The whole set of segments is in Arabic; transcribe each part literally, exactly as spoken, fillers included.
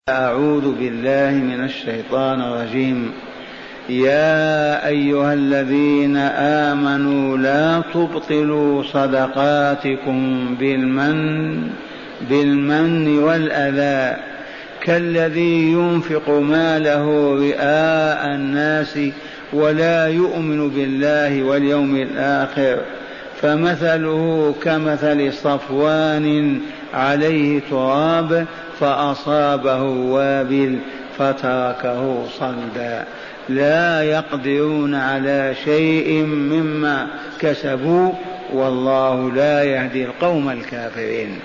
أعوذ بالله من الشيطان الرجيم. يا أيها الذين آمنوا لا تبطلوا صدقاتكم بالمن بالمن والأذى كالذي ينفق ماله رئاء الناس ولا يؤمن بالله واليوم الآخر فمثله كمثل صفوان عليه تراب فأصابه وابل فتركه صلدا لا يقدرون على شيء مما كسبوا والله لا يهدي القوم الكافرين.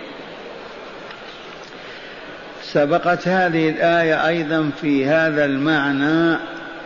سبقت هذه الآية أيضا في هذا المعنى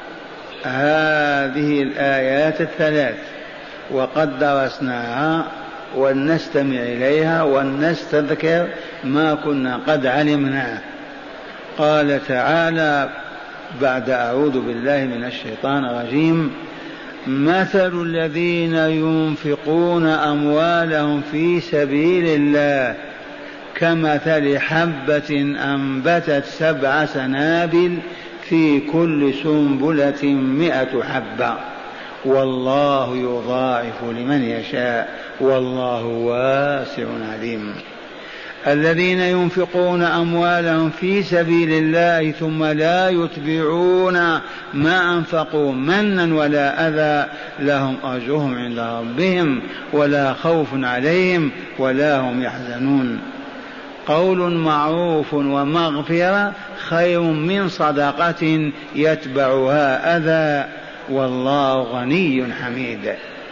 هذه الآيات الثلاث وقد درسناها ولنستمع إليها ولنستذكر ما كنا قد علمناه. قال تعالى بعد أعوذ بالله من الشيطان الرجيم: مثل الذين ينفقون أموالهم في سبيل الله كمثل حبة أنبتت سبع سنابل في كل سنبلة مئة حبة والله يضاعف لمن يشاء والله واسع عليم. الذين ينفقون أموالهم في سبيل الله ثم لا يتبعون ما أنفقوا منا ولا أذى لهم أجرهم عند ربهم ولا خوف عليهم ولا هم يحزنون. قول معروف ومغفرة خير من صدقة يتبعها أذى والله غني حميد.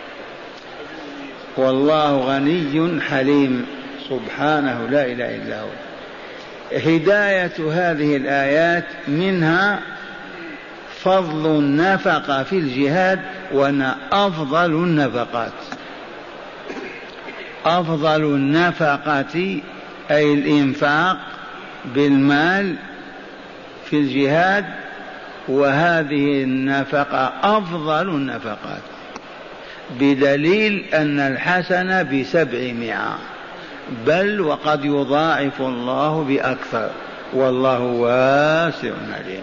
والله غني حليم سبحانه لا إله إلا هو. هداية هذه الآيات منها فضل النفقة في الجهاد وأن أفضل النفقات أفضل النفقة أي الإنفاق بالمال في الجهاد، وهذه النفقة أفضل النفقات بدليل أن الحسنة بسبعمائة بل وقد يضاعف الله بأكثر والله واسع عليم.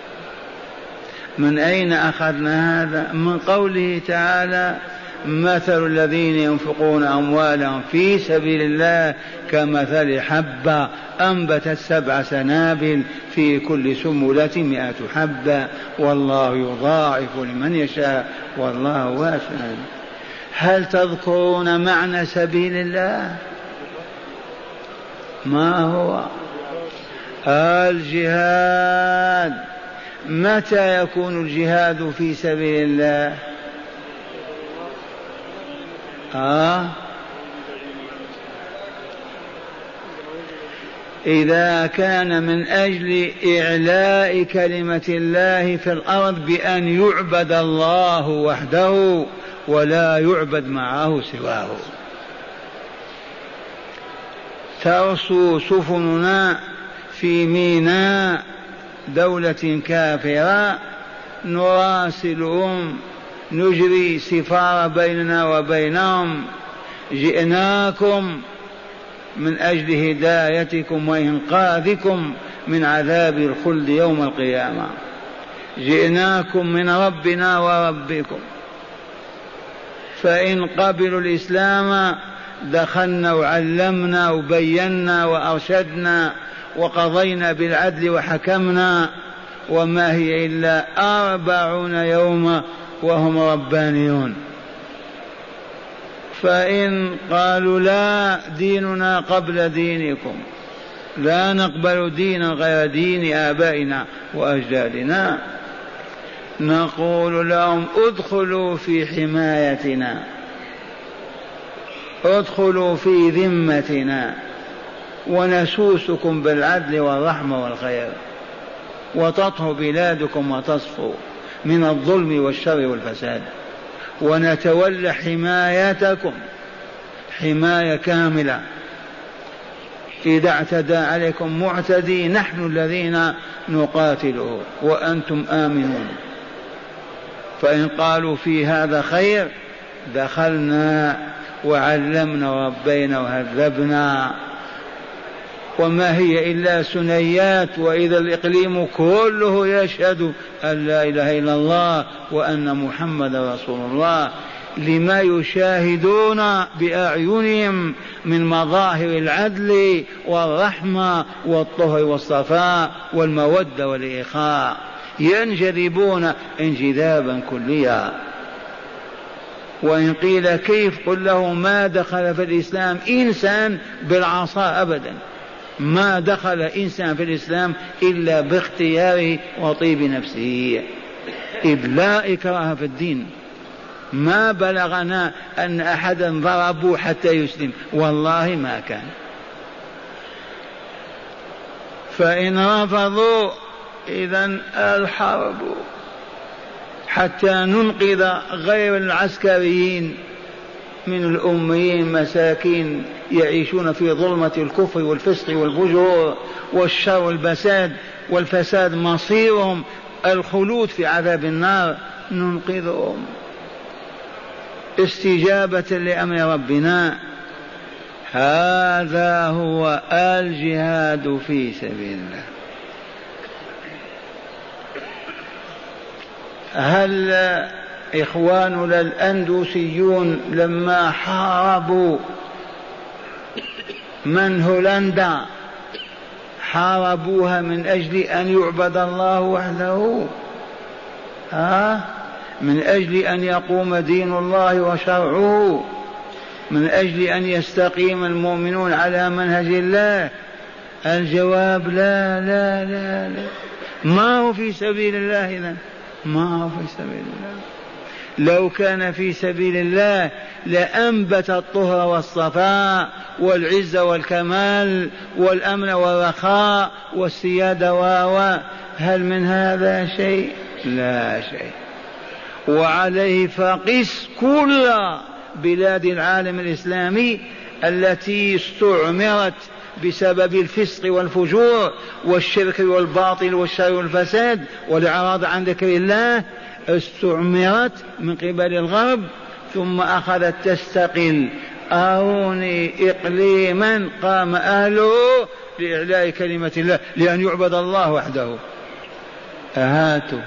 من أين أخذنا هذا؟ من قوله تعالى: مثل الذين ينفقون أموالهم في سبيل الله كمثل حبة أنبتت سبع سنابل في كل سنبلة مئة حبة والله يضاعف لمن يشاء والله واسع. هل تذكرون معنى سبيل الله؟ ما هو الجهاد؟ متى يكون الجهاد في سبيل الله؟ آه إذا كان من أجل إعلاء كلمة الله في الأرض بأن يعبد الله وحده ولا يعبد معه سواه. ترسو سفننا في ميناء دولة كافرة نراسلهم نجري سفارة بيننا وبينهم: جئناكم من أجل هدايتكم وإنقاذكم من عذاب الخلد يوم القيامة، جئناكم من ربنا وربكم. فإن قبلوا الإسلام دخلنا وعلمنا وبينا وأرشدنا وقضينا بالعدل وحكمنا، وما هي إلا أربعون يوما وهم ربانيون. فإن قالوا لا ديننا قبل دينكم، لا نقبل دينا غير دين آبائنا وأجدادنا، نقول لهم: ادخلوا في حمايتنا، ادخلوا في ذمتنا ونسوسكم بالعدل والرحمة والخير وتطهر بلادكم وتصفو من الظلم والشر والفساد، ونتولى حمايتكم حماية كاملة. إذا اعتدى عليكم معتدي نحن الذين نقاتله وأنتم آمنون. فإن قالوا في هذا خير دخلنا وعلمنا وربينا وهذبنا وما هي إلا ثنيات، وإذا الإقليم كله يشهد أن لا إله إلا الله وأن محمد رسول الله، لما يشاهدون بأعينهم من مظاهر العدل والرحمة والطهر والصفاء والمودة والإخاء، ينجذبون انجذابا كليا. وإن قيل كيف، قل له ما دخل في الإسلام إنسان بالعصا أبدا، ما دخل إنسان في الإسلام إلا باختياره وطيب نفسه، إذ لا إكراه في الدين. ما بلغنا أن أحدا ضربوا حتى يسلم، والله ما كان. فإن رفضوا إذن الحرب، حتى ننقذ غير العسكريين من الأميين مساكين يعيشون في ظلمة الكفر والفسق والفجور والشر والفساد والفساد مصيرهم الخلود في عذاب النار، ننقذهم استجابة لأمر ربنا. هذا هو الجهاد في سبيل الله. هل إخواننا الأندوسيون لما حاربوا من هولندا حاربوها من أجل أن يعبد الله وحده؟ ها؟ من أجل أن يقوم دين الله وشرعه، من أجل أن يستقيم المؤمنون على منهج الله؟ الجواب لا لا لا لا، ما هو في سبيل الله إذن، ما هو في سبيل الله. لو كان في سبيل الله لأنبت الطهر والصفاء والعز والكمال والأمن والرخاء والسيادة. و هل من هذا شيء؟ لا شيء. وعليه فقس كل بلاد العالم الإسلامي التي استعمرت بسبب الفسق والفجور والشرك والباطل والشر والفساد والإعراض عن ذكر الله، استعمرت من قبل الغرب ثم أخذت تستقل. أروني إقليما قام أهله لإعلاء كلمة الله، لأن يعبد الله وحده. هاتوا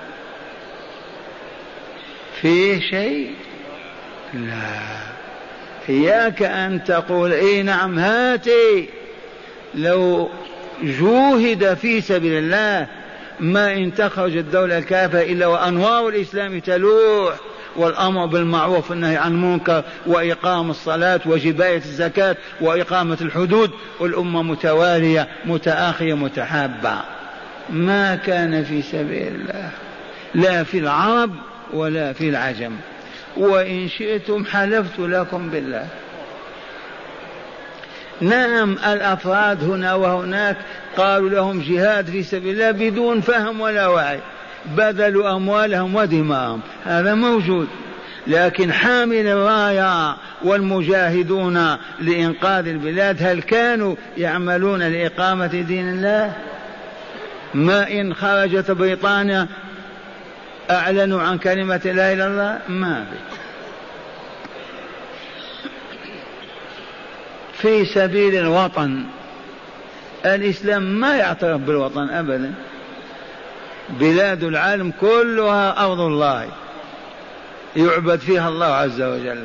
فيه شيء؟ لا. إياك أن تقول إيه نعم هاتي. لو جوهد في سبيل الله ما إن تخرج الدولة الكافرة إلا وأنوار الإسلام تلوح، والأمر بالمعروف والنهي عن المنكر وإقام الصلاة وجباية الزكاة وإقامة الحدود، والأمة متوالية متآخية متحابة. ما كان في سبيل الله لا في العرب ولا في العجم. وإن شئتم حلفت لكم بالله. نعم الأفراد هنا وهناك قالوا لهم جهاد في سبيل الله بدون فهم ولا وعي، بذلوا أموالهم ودماءهم، هذا موجود. لكن حامل الراية والمجاهدون لإنقاذ البلاد هل كانوا يعملون لإقامة دين الله؟ ما إن خرجت بريطانيا أعلنوا عن كلمة لا إله إلا الله؟ ما في. في سبيل الوطن. الإسلام ما يعترف بالوطن أبدا. بلاد العالم كلها أرض الله يعبد فيها الله عز وجل.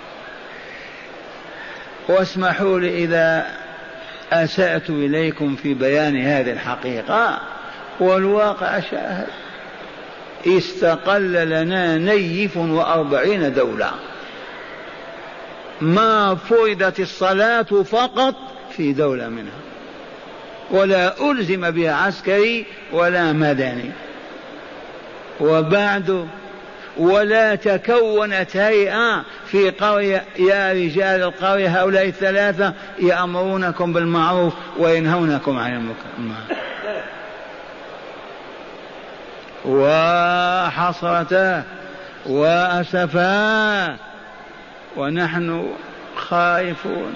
واسمحوا لي إذا أسأت إليكم في بيان هذه الحقيقة، والواقع شاهد. استقل لنا نيف وأربعين دولة، ما فرضت الصلاة فقط في دولة منها، ولا ألزم بها عسكري ولا مدني. وبعد ولا تكونت هيئة في قرية يا رجال القرية هؤلاء الثلاثة يأمرونكم بالمعروف وينهونكم عن المنكر. وحسرته وأسفا ونحن خائفون.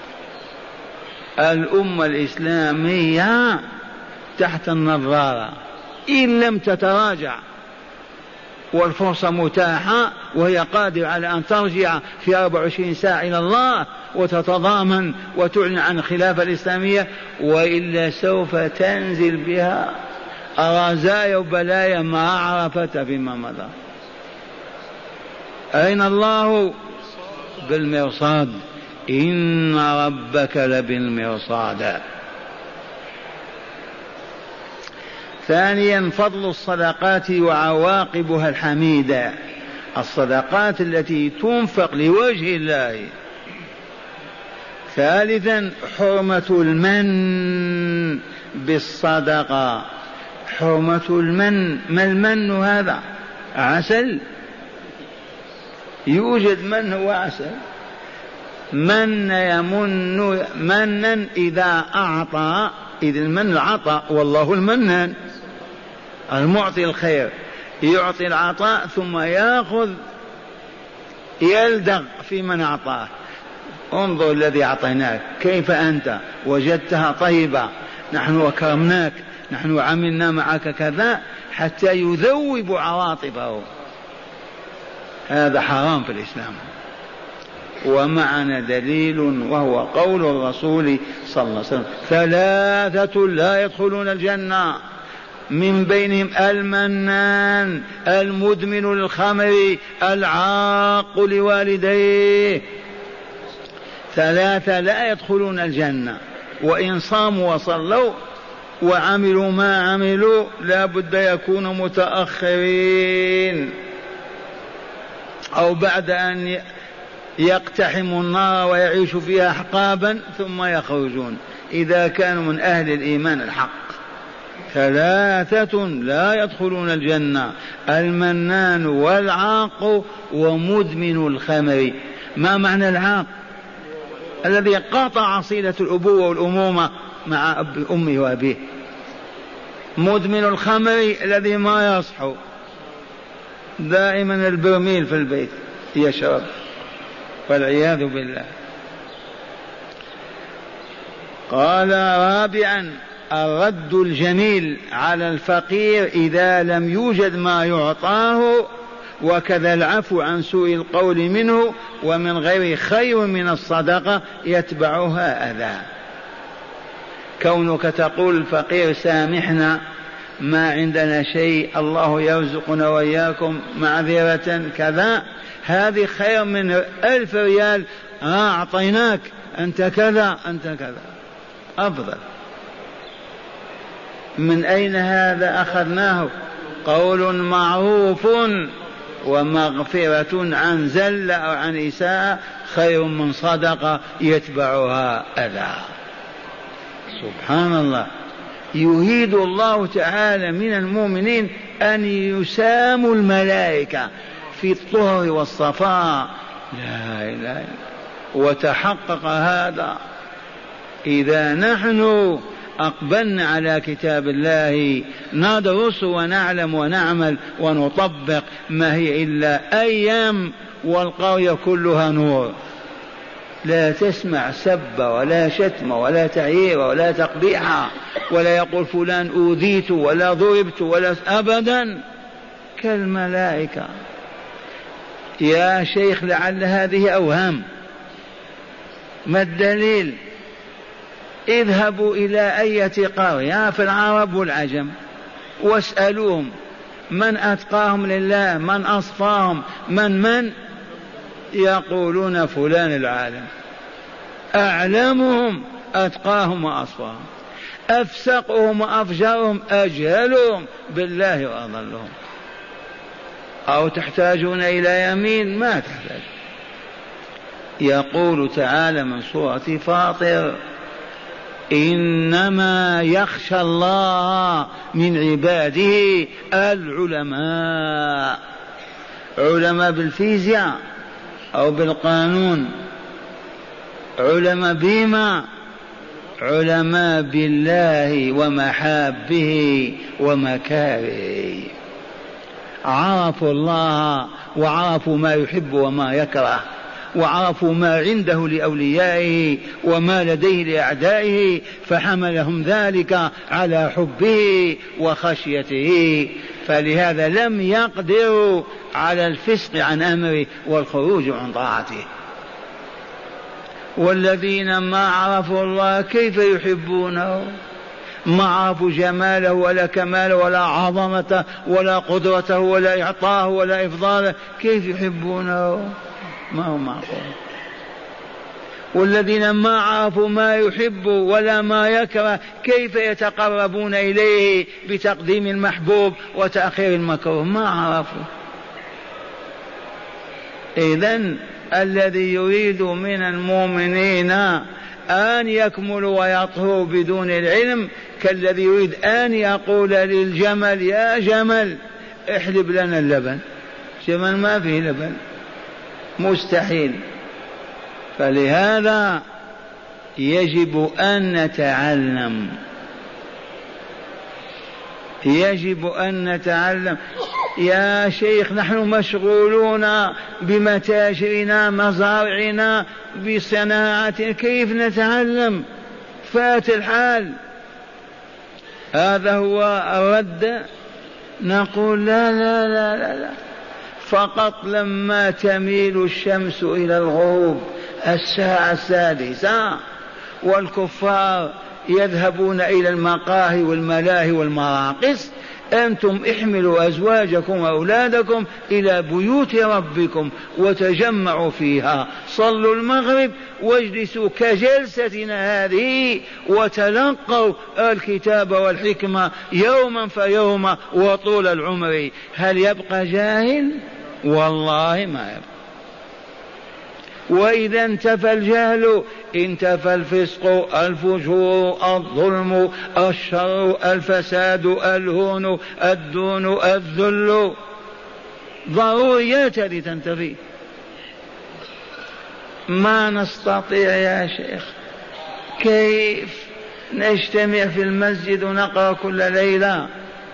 الأمة الإسلامية تحت النظارة إن لم تتراجع، والفرصة متاحة وهي قادرة على أن ترجع في أربع وعشرين ساعة إلى الله وتتضامن وتعلن عن الخلافة الإسلامية، وإلا سوف تنزل بها أرزايا وبلايا ما عرفتها فيما مضى. أين الله؟ بالمرصاد، إن ربك لبالمرصاد. ثانيا فضل الصدقات وعواقبها الحميدة، الصدقات التي تنفق لوجه الله. ثالثا حرمة المن بالصدقة، حرمة المن. ما المن هذا؟ عسل، يوجد من هو عسل. من يمن منا إذا أعطى، إذ المن العطاء والله المنان المعطي الخير، يعطي العطاء ثم يأخذ يلدغ في من أعطاه. انظر الذي أعطيناك كيف أنت وجدتها طيبة، نحن أكرمناك، نحن عملنا معك كذا، حتى يذوب عواطفه. هذا حرام في الإسلام. ومعنا دليل وهو قول الرسول صلى الله عليه وسلم: ثلاثة لا يدخلون الجنة، من بينهم المنان، المدمن للخمر، العاق لوالديه. ثلاثة لا يدخلون الجنة، وإن صاموا وصلوا وعملوا ما عملوا لا بد يكونوا متأخرين، أو بعد أن يقتحموا النار ويعيشوا فيها أحقابا ثم يخرجون إذا كانوا من أهل الإيمان الحق. ثلاثة لا يدخلون الجنة: المنان والعاق ومدمن الخمر. ما معنى العاق؟ الذي قطع صلة الأبوة والأمومة مع أمه وأبيه. مدمن الخمر الذي ما يصحو، دائما البرميل في البيت يشرب والعياذ بالله. قال رابعا الرد الجميل على الفقير إذا لم يوجد ما يعطاه، وكذا العفو عن سوء القول منه، ومن غير خير من الصدقة يتبعها أذى. كونك تقول الفقير سامحنا ما عندنا شيء، الله يرزقنا وإياكم معذرة كذا، هذه خير من ألف ريال أعطيناك أنت كذا أنت كذا، أفضل. من أين هذا أخذناه؟ قول معروف ومغفرة عن زل أو عن إساءة خير من صدقة يتبعها أذى. سبحان الله. يريد الله تعالى من المؤمنين أن يساموا الملائكة في الطهر والصفاء. لا إله إلا الله. وتحقق هذا إذا نحن أقبلنا على كتاب الله ندرس ونعلم ونعمل ونطبق، ما هي إلا أيام والقرية كلها نور. لا تسمع سب ولا شتم ولا تعيير ولا تقبيح ولا يقول فلان أوذيت ولا ضربت ولا أبدا، كالملائكة. يا شيخ لعل هذه أوهام، ما الدليل؟ اذهبوا إلى أية قرية في العرب والعجم واسألوهم من أتقاهم لله، من أصفاهم، من من يقولون فلان العالم. أعلمهم أتقاهم وأصفاهم، أفسقهم وأفجرهم، أجهلهم بالله وأضلهم. أو تحتاجون إلى يمين؟ ما تحتاج. يقول تعالى من سورة فاطر: إنما يخشى الله من عباده العلماء. علماء بالفيزياء أو بالقانون، علماء بما؟ علماء بالله ومحابه ومكاره، عرفوا الله وعرفوا ما يحب وما يكره، وعرفوا ما عنده لأوليائه وما لديه لأعدائه، فحملهم ذلك على حبه وخشيته، فلهذا لم يقدروا على الفسق عن أمره والخروج عن طاعته. والذين ما عرفوا الله كيف يحبونه؟ ما عرفوا جماله ولا كماله ولا عظمته ولا قدرته ولا إعطاه ولا إفضاله، كيف يحبونه؟ ما هو معقول. والذين ما عرفوا ما يحب ولا ما يكره كيف يتقربون إليه بتقديم المحبوب وتأخير المكروه؟ ما عرفوا. إذن الذي يريد من المؤمنين أن يكملوا ويطهروا بدون العلم كالذي يريد أن يقول للجمل يا جمل احلب لنا اللبن. جمل ما فيه لبن، مستحيل. فلهذا يجب أن نتعلم، يجب أن نتعلم. يا شيخ نحن مشغولون بمتاجرنا مزارعنا بصناعتنا، كيف نتعلم؟ فات الحال. هذا هو الرد. نقول لا لا لا لا, لا. فقط لما تميل الشمس إلى الغروب الساعة السادسة والكفار يذهبون إلى المقاهي والملاهي والمراقص، أنتم احملوا أزواجكم وأولادكم إلى بيوت ربكم وتجمعوا فيها، صلوا المغرب واجلسوا كجلستنا هذه وتلقوا الكتاب والحكمة يوما فيوما وطول العمر. هل يبقى جاهل؟ والله ما يبقى. وإذا انتفى الجهل انتفى الفسق، الفجور، الظلم، الشر، الفساد، الهون، الدون، الذل، ضروريات هذه تنتفي. ما نستطيع يا شيخ. كيف نجتمع في المسجد ونقرأ كل ليلة؟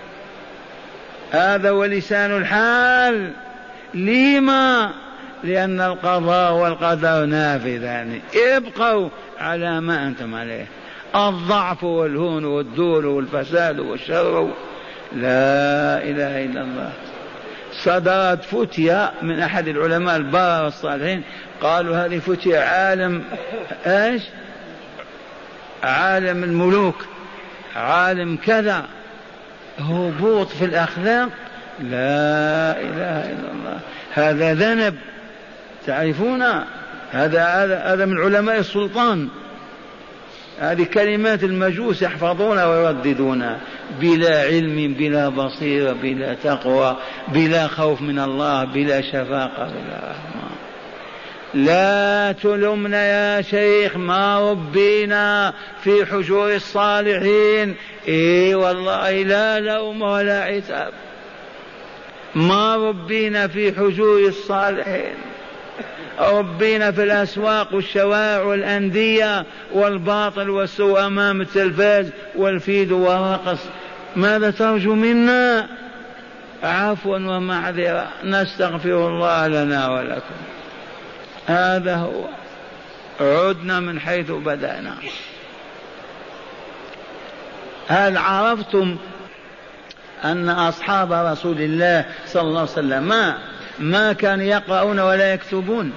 هذا ولسان الحال. لما؟ لأن القضاء والقدر نافذان، ابقوا على ما أنتم عليه. الضعف والهون والدول والفساد والشر، لا إله إلا الله. صدرت فتية من أحد العلماء البار الصالحين، قالوا هذه فتية عالم ايش؟ عالم الملوك، عالم كذا، هبوط في الأخلاق، لا إله إلا الله. هذا ذنب، تعرفون؟ هذا هذا هذا من علماء السلطان. هذه كلمات المجوس يحفظونها ويرددونها بلا علم، بلا بصيرة، بلا تقوى، بلا خوف من الله، بلا شفاقة، بلا رحمة. لا تلمنا يا شيخ، ما ربينا في حجور الصالحين. اي والله لا لوم ولا عتاب، ما ربينا في حجور الصالحين، ربينا في الأسواق والشوارع والأندية والباطل والسوء أمام التلفاز والفيد والرقص. ماذا ترجو منا؟ عفوا ومعذرة، نستغفر الله لنا ولكم. هذا هو. عدنا من حيث بدأنا. هل عرفتم أن أصحاب رسول الله صلى الله عليه وسلم ما, ما كانوا يقرؤون ولا يكتبون،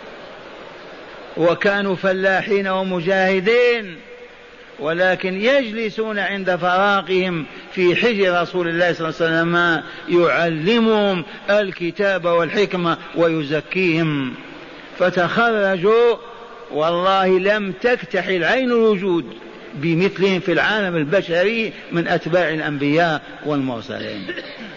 وكانوا فلاحين ومجاهدين، ولكن يجلسون عند فراغهم في حجر رسول الله صلى الله عليه وسلم يعلمهم الكتاب والحكمة ويزكيهم، فتخرجوا والله لم تكتحل عين الوجود بمثلهم في العالم البشري من أتباع الأنبياء والمرسلين.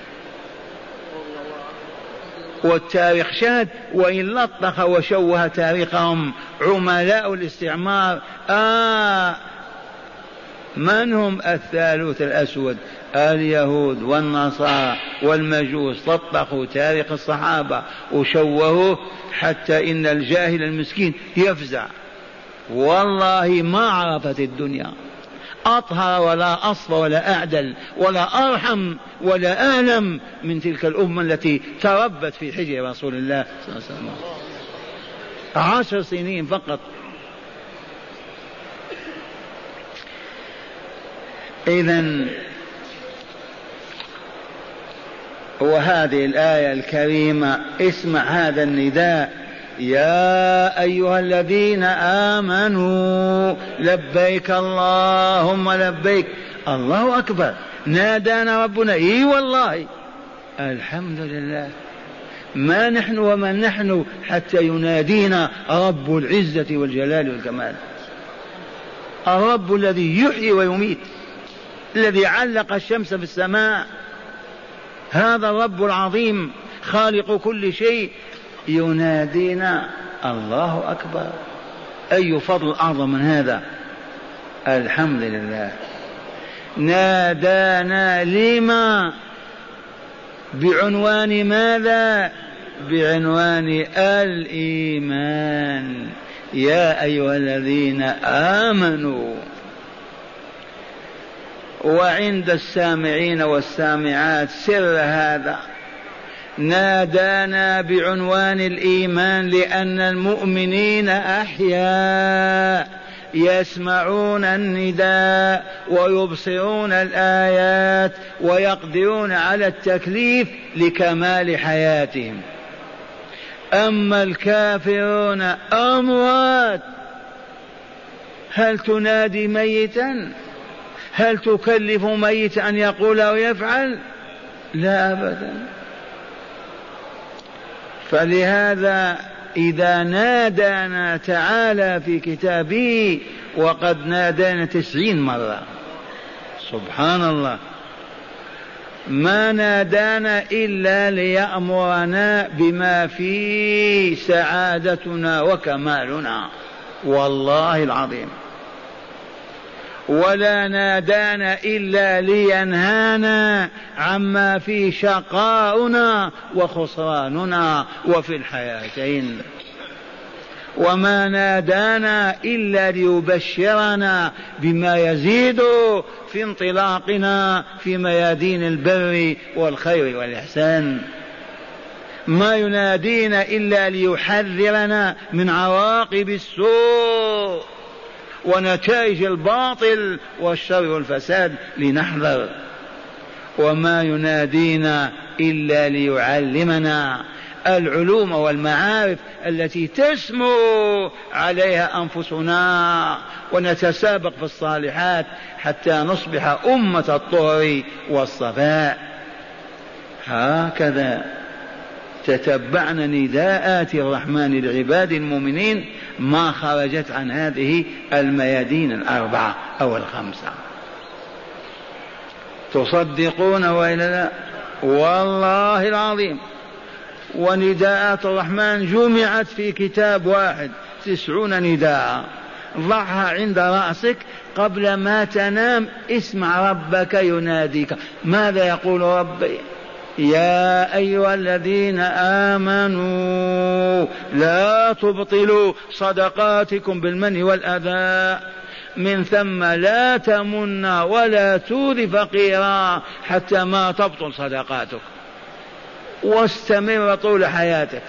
والتاريخ شهد، وإن لطخ وشوه تاريخهم عملاء الاستعمار. آه من هم؟ الثالوث الأسود، اليهود والنصارى والمجوس، لطخوا تاريخ الصحابة وشوهوه حتى إن الجاهل المسكين يفزع. والله ما عرفت الدنيا أطهر ولا أصفى ولا أعدل ولا أرحم ولا أعلم من تلك الأمة التي تربت في حجر رسول الله صلى الله عليه وسلم. عشر سنين فقط. إذن وهذه الآية الكريمة، اسمع هذا النداء يا أيها الذين آمنوا لبيك اللهم لبيك. الله أكبر، نادانا ربنا. إي والله، الحمد لله. ما نحن ومن نحن حتى ينادينا رب العزة والجلال والكمال، الرب الذي يحيي ويميت، الذي علق الشمس في السماء، هذا الرب العظيم خالق كل شيء ينادينا. الله أكبر، أي فضل أعظم من هذا. الحمد لله. نادانا لما؟ بعنوان ماذا؟ بعنوان الإيمان. يا أيها الذين آمنوا. وعند السامعين والسامعات سر هذا، نادانا بعنوان الإيمان لأن المؤمنين أحياء يسمعون النداء ويبصرون الآيات ويقدرون على التكليف لكمال حياتهم. أما الكافرون أموات. هل تنادي ميتا؟ هل تكلف ميتا أن يقول أو يفعل؟ لا أبدا. فلهذا إذا نادانا تعالى في كتابه، وقد نادانا تسعين مرة، سبحان الله، ما نادانا إلا ليأمرنا بما فيه سعادتنا وكمالنا، والله العظيم. ولا نادانا إلا لينهانا عما فيه شقاؤنا وخسراننا وفي الحياتين. وما نادانا إلا ليبشرنا بما يزيد في انطلاقنا في ميادين البر والخير والإحسان. ما ينادينا إلا ليحذرنا من عواقب السوء ونتائج الباطل والشر والفساد لنحذر. وما ينادينا إلا ليعلمنا العلوم والمعارف التي تسمو عليها أنفسنا ونتسابق في الصالحات حتى نصبح أمة الطهر والصفاء. هكذا تتبعنا نداءات الرحمن لعباد المؤمنين ما خرجت عن هذه الميادين الأربعة أو الخمسة. تصدقون وإلا لا؟ والله العظيم. ونداءات الرحمن جمعت في كتاب واحد، تسعون نداء. ضعها عند رأسك قبل ما تنام، اسمع ربك يناديك. ماذا يقول ربي؟ يا أيها الذين آمنوا لا تبطلوا صدقاتكم بالمن والأذى، من ثم لا تمن ولا تؤذي فقيرا حتى ما تبطل صدقاتك، واستمر طول حياتك.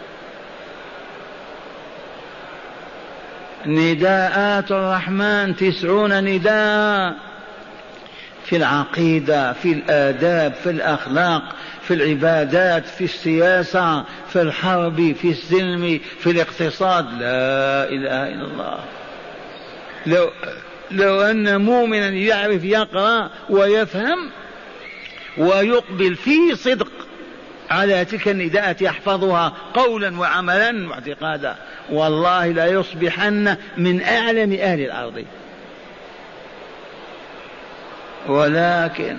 نداءات الرحمن تسعون نداء، في العقيدة، في الآداب، في الأخلاق، في العبادات، في السياسة، في الحرب، في السلم، في الاقتصاد. لا إله إلا الله. لو, لو أن مؤمنا يعرف يقرأ ويفهم ويقبل في صدق على تلك النداءات يحفظها قولا وعملا واعتقادا، والله لا يصبحن من أعلم أهل الأرض. ولكن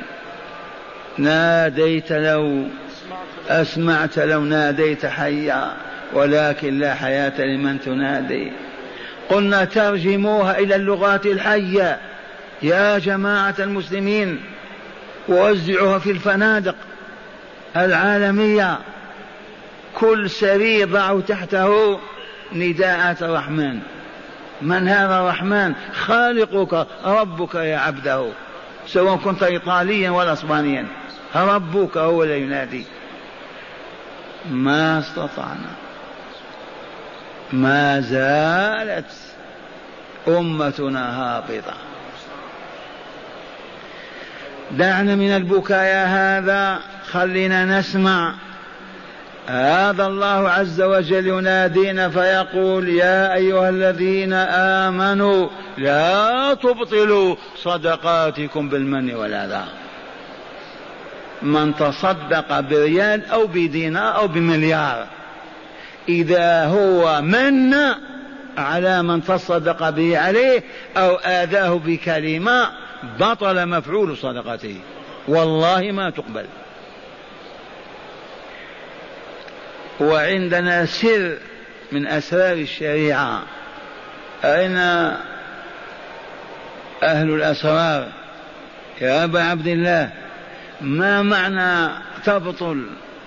ناديت لو أسمعت لو ناديت حيا، ولكن لا حياة لمن تنادي. قلنا ترجموها إلى اللغات الحية يا جماعة المسلمين، ووزعوها في الفنادق العالمية، كل سرير ضعوا تحته نداءات الرحمن. من هذا الرحمن؟ خالقك ربك يا عبده، سواء كنت إيطاليا ولا إسبانيا، ربك هو الذي ينادي. ما استطعنا، ما زالت أمتنا هابطة. دعنا من البكاء هذا، خلينا نسمع هذا الله عز وجل ينادينا فيقول يا أيها الذين آمنوا لا تبطلوا صدقاتكم بالمن والأذى. من تصدق بريال أو بدينار أو بمليار إذا هو من على من تصدق به عليه أو آذاه بكلمة بطل مفعول صدقته والله ما تقبل. وعندنا سر من أسرار الشريعة. أين أهل الأسرار يا أبا عبد الله؟ ما معنى تبطل؟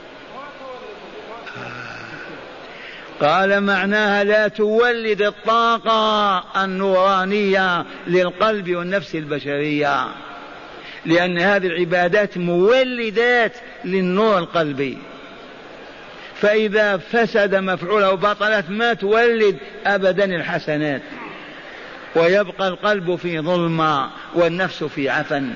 قال معناها لا تولد الطاقة النورانية للقلب والنفس البشرية، لأن هذه العبادات مولدات للنور القلبي، فإذا فسد مفعوله بطلت ما تولد أبدا الحسنات، ويبقى القلب في ظلمة والنفس في عفن.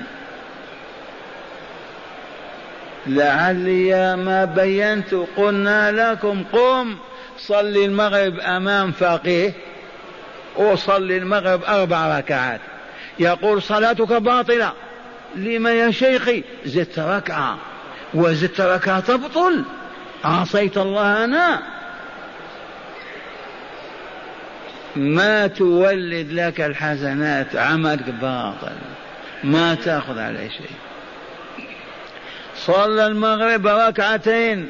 لعلي ما بينت قلنا لكم قم صل المغرب أمام فقيه وصل المغرب أربع ركعات، يقول صلاتك باطلة. لما يا شيخي؟ زدت ركعة، وزدت ركعة تبطل، عصيت الله. أنا ما تولد لك الحسنات، عملك باطل، ما تأخذ عليه شيء. صلى المغرب ركعتين،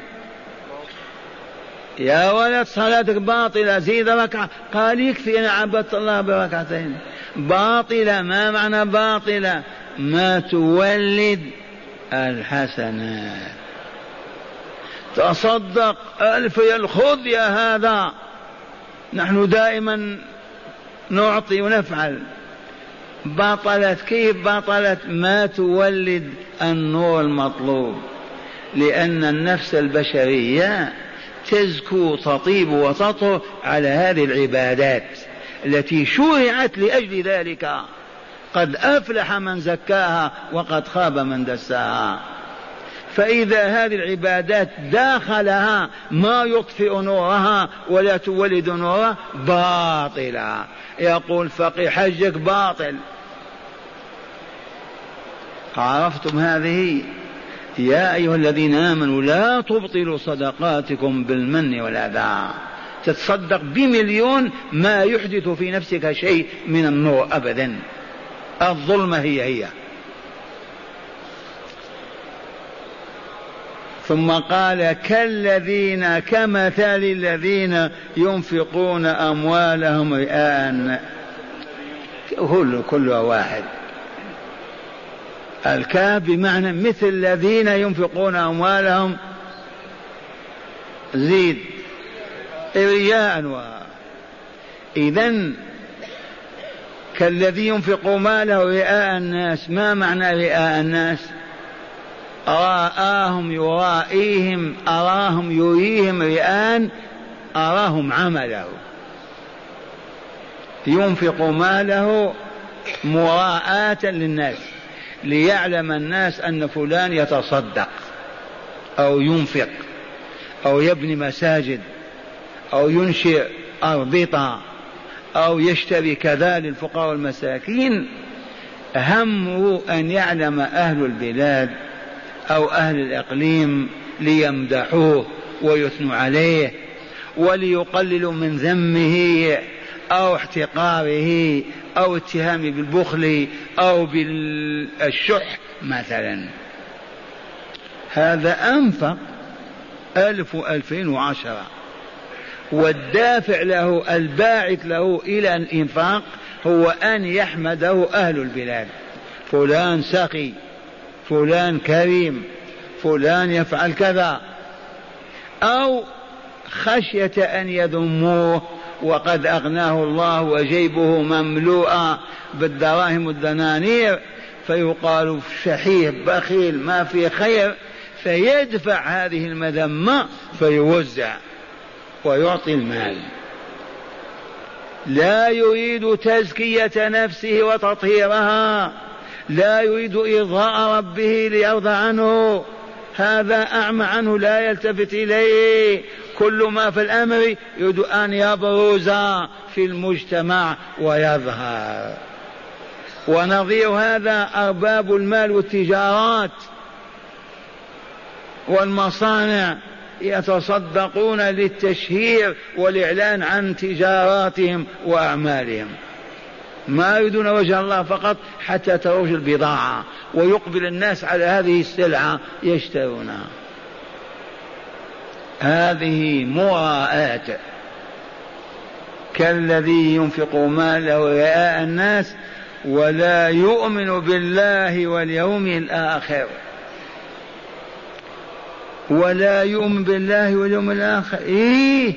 يا ولد صلاتك باطلة، زيد ركعة. قال يكفي أنا عبدت الله بركعتين. باطلة. ما معنى باطلة؟ ما تولد الحسنات. تصدق ألف ريال، خذ يا هذا، نحن دائما نعطي ونفعل. بطلت. كيف بطلت؟ ما تولد النور المطلوب، لأن النفس البشرية تزكو تطيب وتطهر على هذه العبادات التي شرعت لأجل ذلك. قد أفلح من زكاها وقد خاب من دساها. فإذا هذه العبادات داخلها ما يطفئ نورها ولا تولد نورها باطلة. يقول فقيه حجك باطل. عرفتم هذه؟ يا أيها الذين آمنوا لا تبطلوا صدقاتكم بالمن والأذى. تتصدق بمليون ما يحدث في نفسك شيء من النور أبدا. الظلمة هي هي. ثم قال كالذين كمثل الذين ينفقون أموالهم رئاء. كل كلها واحد. الكاف بمعنى مثل الذين ينفقون أموالهم زيد رياء و... إذن كالذي ينفق ماله رئاء الناس. ما معنى رئاء الناس؟ رآهم يرائيهم، أراهم يريهم رئاء، أراهم عمله. ينفق ماله مراءة للناس، ليعلم الناس أن فلان يتصدق أو ينفق أو يبني مساجد أو ينشئ أربطة أو يشتري كذا للفقراء والمساكين. همه أن يعلم أهل البلاد أو أهل الإقليم ليمدحوه ويثنوا عليه وليقللوا من ذمه أو احتقاره أو اتهام بالبخل أو بالشح مثلا. هذا أنفق ألف ألفين وعشرة، والدافع له الباعث له إلى الإنفاق هو أن يحمده أهل البلاد. فلان سقي، فلان كريم، فلان يفعل كذا، أو خشية أن يذموه وقد أغناه الله وجيبه مملوءا بالدراهم والدنانير، فيقال شحيح بخيل ما في خير، فيدفع هذه المذمة فيوزع ويعطي المال. لا يريد تزكية نفسه وتطهيرها، لا يريد إرضاء ربه ليرضى عنه، هذا أعمى عنه لا يلتفت إليه، كل ما في الأمر يريد أن يبرز في المجتمع ويظهر. ونظير هذا أرباب المال والتجارات والمصانع يتصدقون للتشهير والإعلان عن تجاراتهم وأعمالهم، ما يريدون وجه الله فقط حتى تروج البضاعة ويقبل الناس على هذه السلعة يشترونها. هذه مراءة. كالذي ينفق ماله رئاء الناس ولا يؤمن بالله واليوم الآخر. ولا يؤمن بالله واليوم الآخر. إيه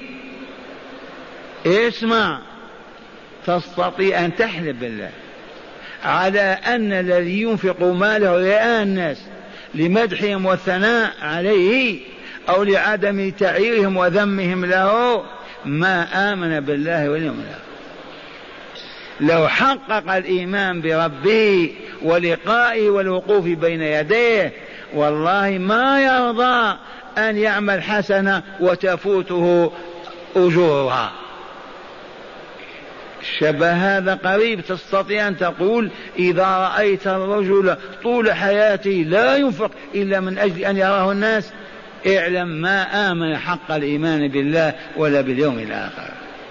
اسمع، تستطيع أن تحلف بالله على أن الذي ينفق ماله رئاء الناس لمدحهم والثناء عليه أو لعدم تعييرهم وذمهم له ما آمن بالله واليوم الآخر. لو حقق الإيمان بربه ولقائه والوقوف بين يديه والله ما يرضى أن يعمل حسنة وتفوته أجورها. شبه هذا قريب. تستطيع أن تقول إذا رأيت الرجل طول حياته لا ينفق إلا من أجل أن يراه الناس اعلم ما آمن حق الإيمان بالله ولا باليوم الآخر.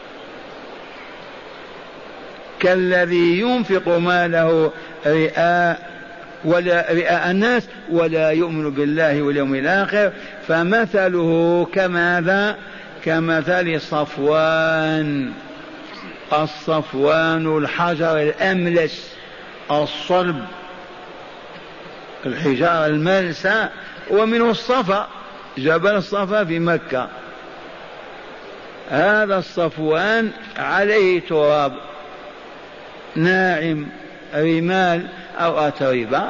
كالذي ينفق ماله رئاء ولا رئاء الناس ولا يؤمن بالله واليوم الآخر فمثله كماذا؟ كمثل صفوان. الصفوان الحجر الأملس الصلب، الحجارة الملسة، ومنه الصفا، جبل الصفا في مكة. هذا الصفوان عليه تراب ناعم، رمال أو أتربة.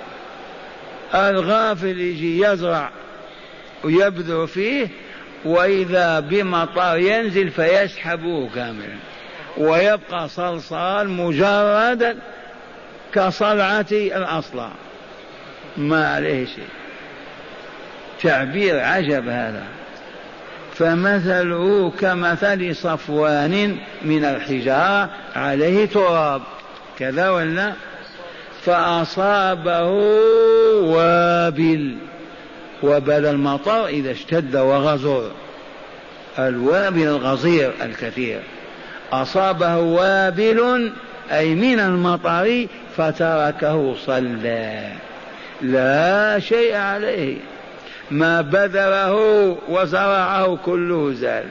الغافل يجي يزرع ويبذر فيه وإذا بمطر ينزل فيسحبه كاملا ويبقى صلصال مجردا كصلعة الأصلع ما عليه شيء. تعبير عجب هذا. فمثله كمثل صفوان من الحجارة عليه تراب كذا ولا، فأصابه وابل. وبل المطر إذا اشتد وغزر، الوابل الغزير الكثير. أصابه وابل أي من المطر فتركه صلدا لا شيء عليه، ما بذره وزرعه كله زال.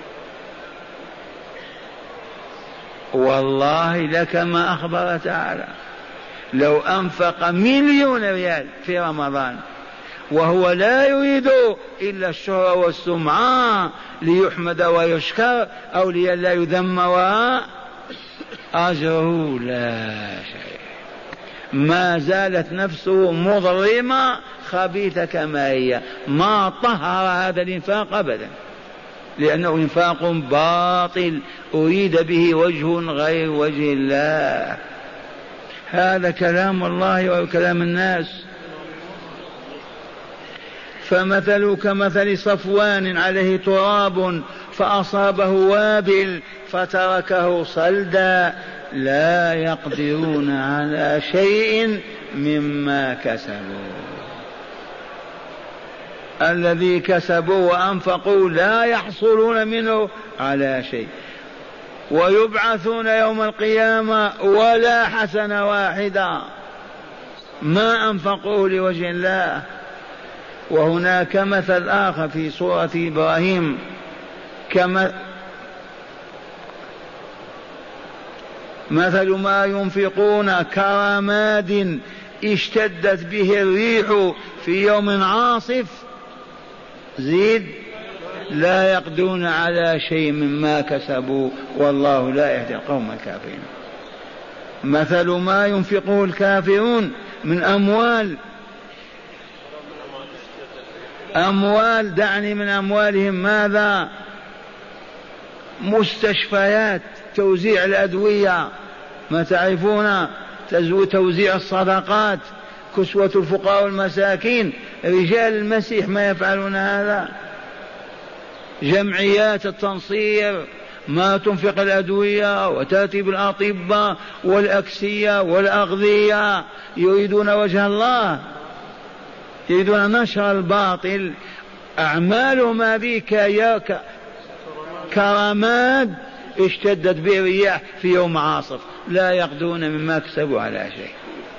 والله لك ما أخبر تعالى لو أنفق مليون ريال في رمضان وهو لا يريد إلا الشهرة والسمعة ليحمد ويشكر أو لئلا يذم أجره لا شيء، ما زالت نفسه مظلمة خبيثة كما هي، ما طهر هذا الإنفاق أبدا، لأنه إنفاق باطل أريد به وجه غير وجه الله. هذا كلام الله وكلام الناس. فمثل كمثل صفوان عليه تراب فأصابه وابل فتركه صلدا لا يقدرون على شيء مما كسبوا. الذي كسبوا وأنفقوا لا يحصلون منه على شيء، ويبعثون يوم القيامة ولا حسنة واحدة ما أنفقوه لوجه الله. وهناك مثل آخر في سورة إبراهيم كما مثل ما ينفقون كرماد اشتدت به الريح في يوم عاصف زيد لا يقدرون على شيء مما كسبوا والله لا يهدي القوم الكافرين. مثل ما ينفقه الكافرون من أموال أموال دعني من أموالهم ماذا؟ مستشفيات، توزيع الأدوية، ما تعرفون، توزيع الصدقات، كسوة الفقراء والمساكين. رجال المسيح ما يفعلون هذا؟ جمعيات التنصير ما تنفق الأدوية وتأتي بالأطباء والأكسية والأغذية، يريدون وجه الله، يريدون نشر الباطل. أعمالهم هذه كرامات اشتدت به الرياح في يوم عاصف، لا يقدرون مما كسبوا على شيء.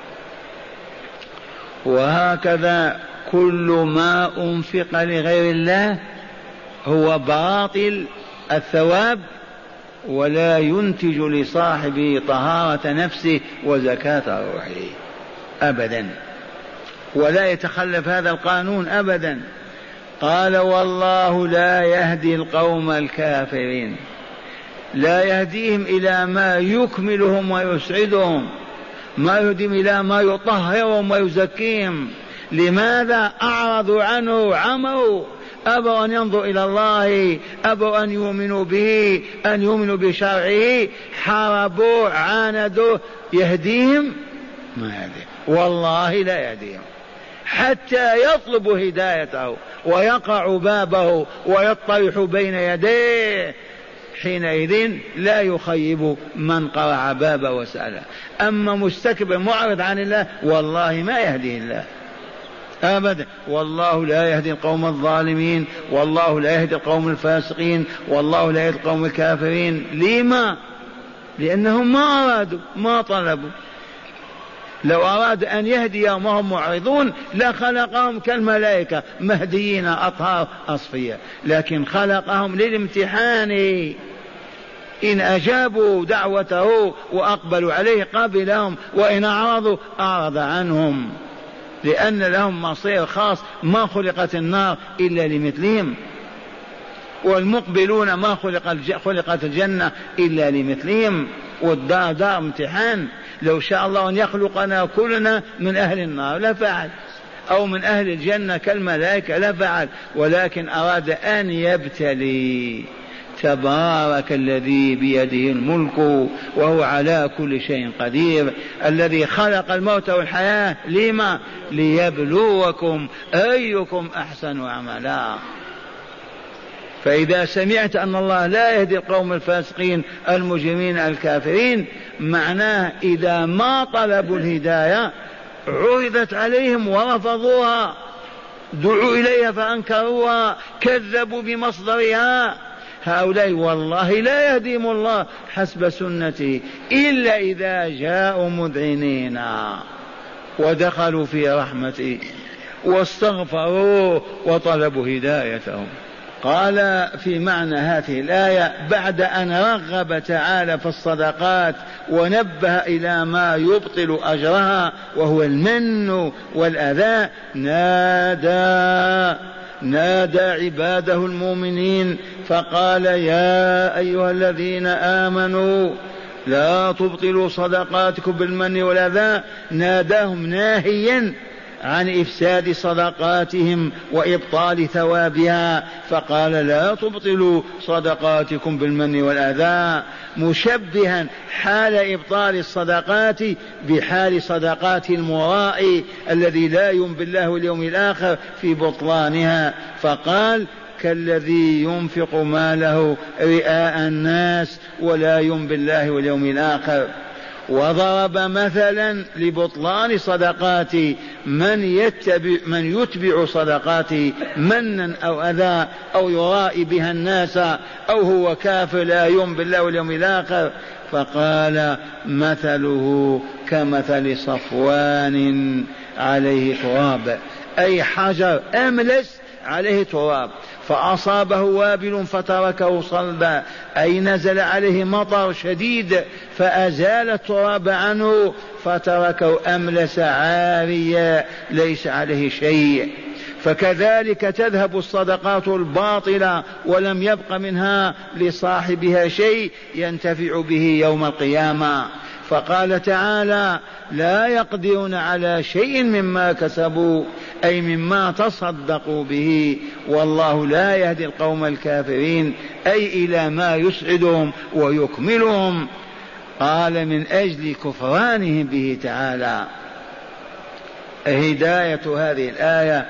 وهكذا كل ما أنفق لغير الله هو باطل الثواب، ولا ينتج لصاحبه طهارة نفسه وزكاة روحه أبدا، ولا يتخلف هذا القانون أبدا. قال والله لا يهدي القوم الكافرين، لا يهديهم إلى ما يكملهم ويسعدهم، ما يهديهم إلى ما يطهرهم ويزكيهم. لماذا؟ أعرضوا عنه، عموا، أبوا أن ينظروا إلى الله، أبوا أن يؤمنوا به، أن يؤمنوا بشرعه، حاربوا، عاندوا. يهديهم؟ ما يهديهم، والله لا يهديهم حتى يطلبوا هدايته ويقع بابه ويطرح بين يديه، حينئذ لا يخيب من قرع بابه وسأله. أما مستكبر معرض عن الله والله ما يهديه الله أبدا. والله لا يهدي القوم الظالمين، والله لا يهدي القوم الفاسقين، والله لا يهدي القوم الكافرين. لما؟ لأنهم ما أرادوا، ما طلبوا. لو أراد أن يهديهم وهم معرضون لخلقهم كالملائكة مهديين أطهار أصفياء، لكن خلقهم للامتحان. إن أجابوا دعوته وأقبلوا عليه قبلهم، وإن أعرضوا أعرض عنهم، لأن لهم مصير خاص. ما خلقت النار إلا لمثلهم، والمقبلون ما خلقت الجنة إلا لمثلهم، والدار دار امتحان. لو شاء الله أن يخلقنا كلنا من أهل النار لفعل، أو من أهل الجنة كالملائكة لفعل، ولكن أراد أن يبتلي. تبارك الذي بيده الملك وهو على كل شيء قدير، الذي خلق الموت والحياة. لما؟ ليبلوكم أيكم أحسن عملا. فإذا سمعت أن الله لا يهدي القوم الفاسقين المجرمين الكافرين، معناه إذا ما طلبوا الهداية عرضت عليهم ورفضوها، دعوا إليها فأنكروها، كذبوا بمصدرها. هؤلاء والله لا يهديهم الله حسب سنته إلا إذا جاءوا مذعنين ودخلوا في رحمته واستغفروا وطلبوا هدايتهم. قال في معنى هذه الآية بعد أن رغب تعالى في الصدقات ونبه إلى ما يبطل أجرها وهو المن والأذى، نادى نادى عباده المؤمنين فقال يا أيها الذين آمنوا لا تبطلوا صدقاتكم بالمن والأذى. ناداهم ناهيا عن إفساد صدقاتهم وإبطال ثوابها، فقال لا تبطلوا صدقاتكم بالمن والأذى، مشبها حال إبطال الصدقات بحال صدقات المراء الذي لا يؤمن بالله واليوم الآخر في بطلانها. فقال كالذي ينفق ماله رئاء الناس ولا يؤمن بالله واليوم الآخر. وضرب مثلا لبطلان صدقات من يتبع, من يتبع صدقاته منا أو أذى أو يرائي بها الناس أو هو كافر لا يؤمن بالله واليوم الآخر. فقال مثله كمثل صفوان عليه تراب، أي حجر أملس عليه تراب، فأصابه وابل فتركه صلبا، أي نزل عليه مطر شديد فأزال التراب عنه فتركه أملس عاريا ليس عليه شيء. فكذلك تذهب الصدقات الباطلة ولم يبق منها لصاحبها شيء ينتفع به يوم القيامة. فقال تعالى لا يقدرون على شيء مما كسبوا، أي مما تصدقوا به، والله لا يهدي القوم الكافرين، أي إلى ما يسعدهم ويكملهم. قال من أجل كفرانهم به تعالى. هداية هذه الآية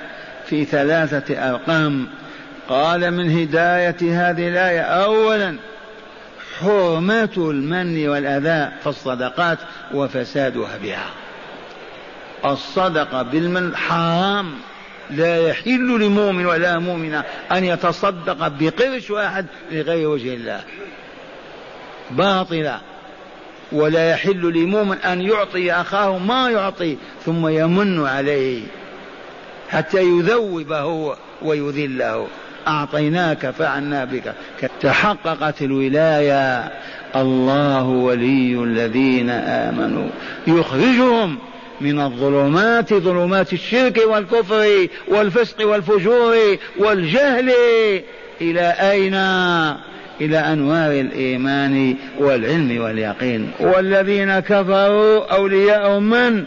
في ثلاثة أرقام. قال من هداية هذه الآية أولا حرمة المن والأذى في الصدقات وفسادها بها. الصدقة بالمن حرام، لا يحل لمؤمن ولا مؤمنة أن يتصدق بقرش واحد لغير وجه الله، باطلة. ولا يحل لمؤمن أن يعطي أخاه ما يعطي ثم يمن عليه حتى يذوبه ويذله. أعطيناك فعلنا بك. تحققت الولاية. الله ولي الذين آمنوا يخرجهم من الظلمات، ظلمات الشرك والكفر والفسق والفجور والجهل، إلى أين؟ إلى أنوار الإيمان والعلم واليقين. والذين كفروا أولياء من؟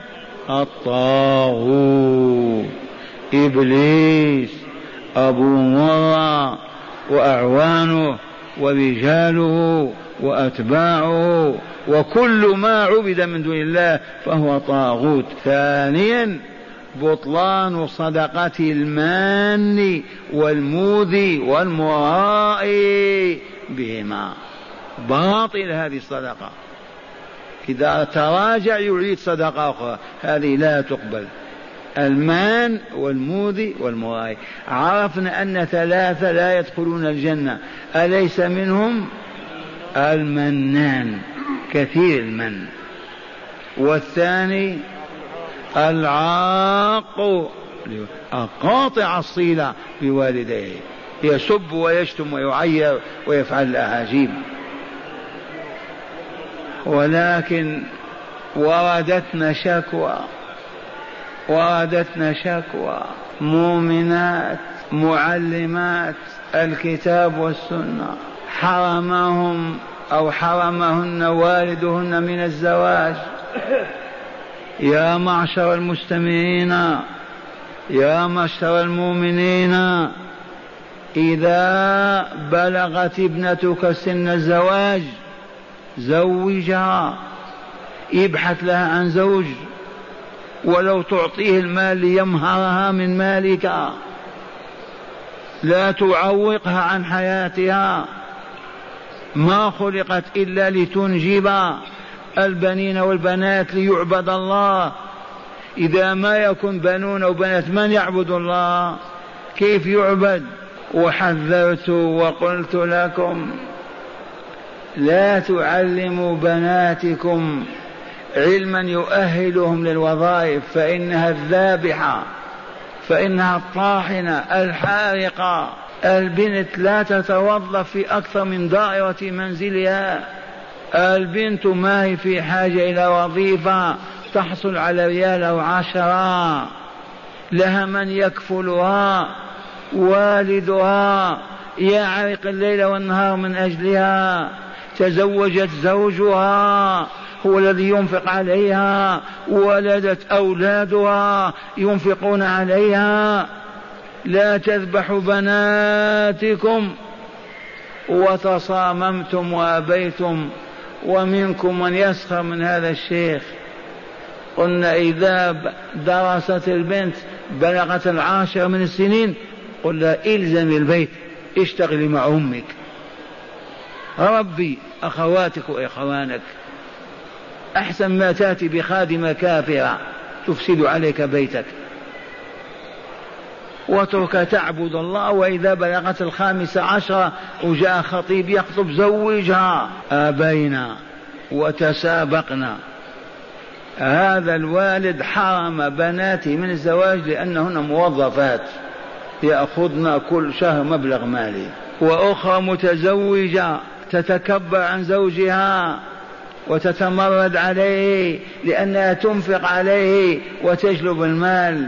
الطاغوت، إبليس، أبو مرة وأعوانه ورجاله وأتباعه وكل ما عبد من دون الله فهو طاغوت. ثانيا بطلان صدقة المان والموذي والمرائي بهما، باطل هذه الصدقة. إذا تراجع يعيد صدقة أخرى، هذه لا تقبل. المان والموذي والمرائي. عرفنا أن ثلاثة لا يدخلون الجنة، أليس منهم المنان كثير المن، والثاني العاق قاطع الصلة بوالديه، يسب ويشتم ويعير ويفعل الأعاجيب. ولكن وردتنا شكوى وردتنا شكوى مؤمنات معلمات الكتاب والسنة حرمهم أو حرمهن والدهن من الزواج. يا معشر المستمعين، يا معشر المؤمنين، إذا بلغت ابنتك سن الزواج زوجها، ابحث لها عن زوج، ولو تعطيه المال ليمهرها من مالك، لا تعوقها عن حياتها. ما خلقت إلا لتنجب البنين والبنات ليعبد الله. إذا ما يكون بنون وبنات من يعبد الله؟ كيف يعبد؟ وحذرت وقلت لكم لا تعلموا بناتكم علما يؤهلهم للوظائف، فإنها الذابحة، فإنها الطاحنة الحارقة. البنت لا تتوظف في أكثر من دائرة منزلها. البنت ما هي في حاجة إلى وظيفة تحصل على ريال أو عشرة، لها من يكفلها، والدها يعرق الليل والنهار من أجلها. تزوجت زوجها هو الذي ينفق عليها، ولدت أولادها ينفقون عليها. لا تذبحوا بناتكم. وتصاممتم وأبيتم، ومنكم من يسخر من هذا الشيخ. قلنا إذا درست البنت بلغت العاشر من السنين قلنا إلزم البيت، اشتغلي مع أمك، ربي أخواتك وإخوانك، أحسن ما تأتي بخادمة كافرة تفسد عليك بيتك. وترك تعبد الله. وإذا بلغت الخامسة عشرة وجاء خطيب يخطب زوجها، أبينا وتسابقنا. هذا الوالد حرم بناته من الزواج لأنهن موظفات يأخذن كل شهر مبلغ مالي. وأخرى متزوجة تتكبر عن زوجها وتتمرد عليه لأنها تنفق عليه وتجلب المال.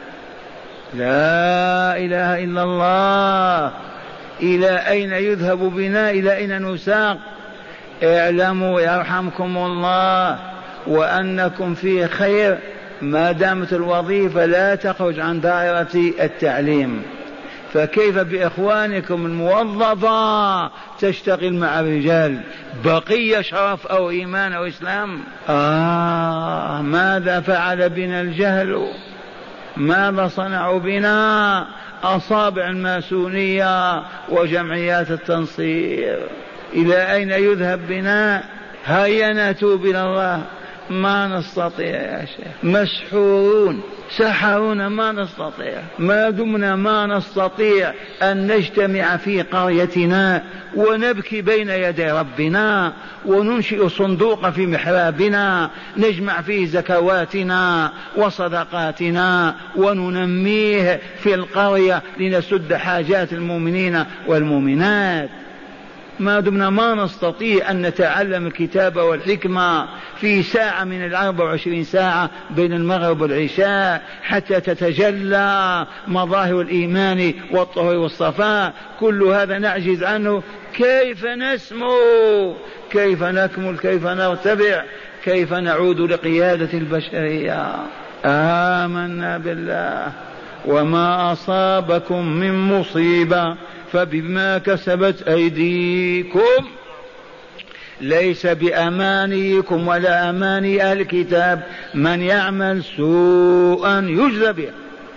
لا إله إلا الله. إلى أين يذهب بنا؟ إلى أين نساق؟ اعلموا يرحمكم الله وأنكم في خير ما دامت الوظيفة لا تخرج عن دائرة التعليم. فكيف بإخوانكم الموظفة تشتغل مع الرجال؟ بقي شرف أو إيمان أو إسلام؟ آه ماذا فعل بنا الجهل؟ ماذا صنعوا بنا؟ أصابع الماسونية وجمعيات التنصير. إلى أين يذهب بنا؟ هيا نتوب إلى الله. ما نستطيع يا شيخ، مسحورون سحرونا، ما نستطيع. ما دمنا ما نستطيع أن نجتمع في قريتنا ونبكي بين يدي ربنا وننشئ صندوق في محرابنا نجمع فيه زكواتنا وصدقاتنا وننميه في القرية لنسد حاجات المؤمنين والمؤمنات، ما دمنا ما نستطيع أن نتعلم الكتاب والحكمة في ساعة من الأربع وعشرين ساعة بين المغرب والعشاء حتى تتجلى مظاهر الإيمان والطهر والصفاء، كل هذا نعجز عنه. كيف نسمو؟ كيف نكمل؟ كيف نرتفع؟ كيف نعود لقيادة البشرية؟ آمنا بالله. وما أصابكم من مصيبة فبما كسبت أيديكم، ليس بأمانيكم ولا أماني أهل الكتاب، من يعمل سوءا يجزى به.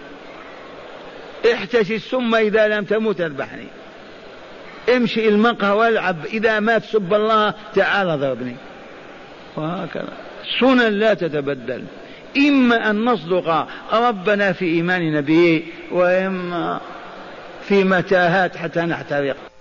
احتسي ثم إذا لم تمت اذبحني، امشي المقهى والعب، إذا مات سب الله تعال ضربني، وهكذا سنن لا تتبدل. إما أن نصدق ربنا في إيماننا به، وإما في متاهات حتى نحترق.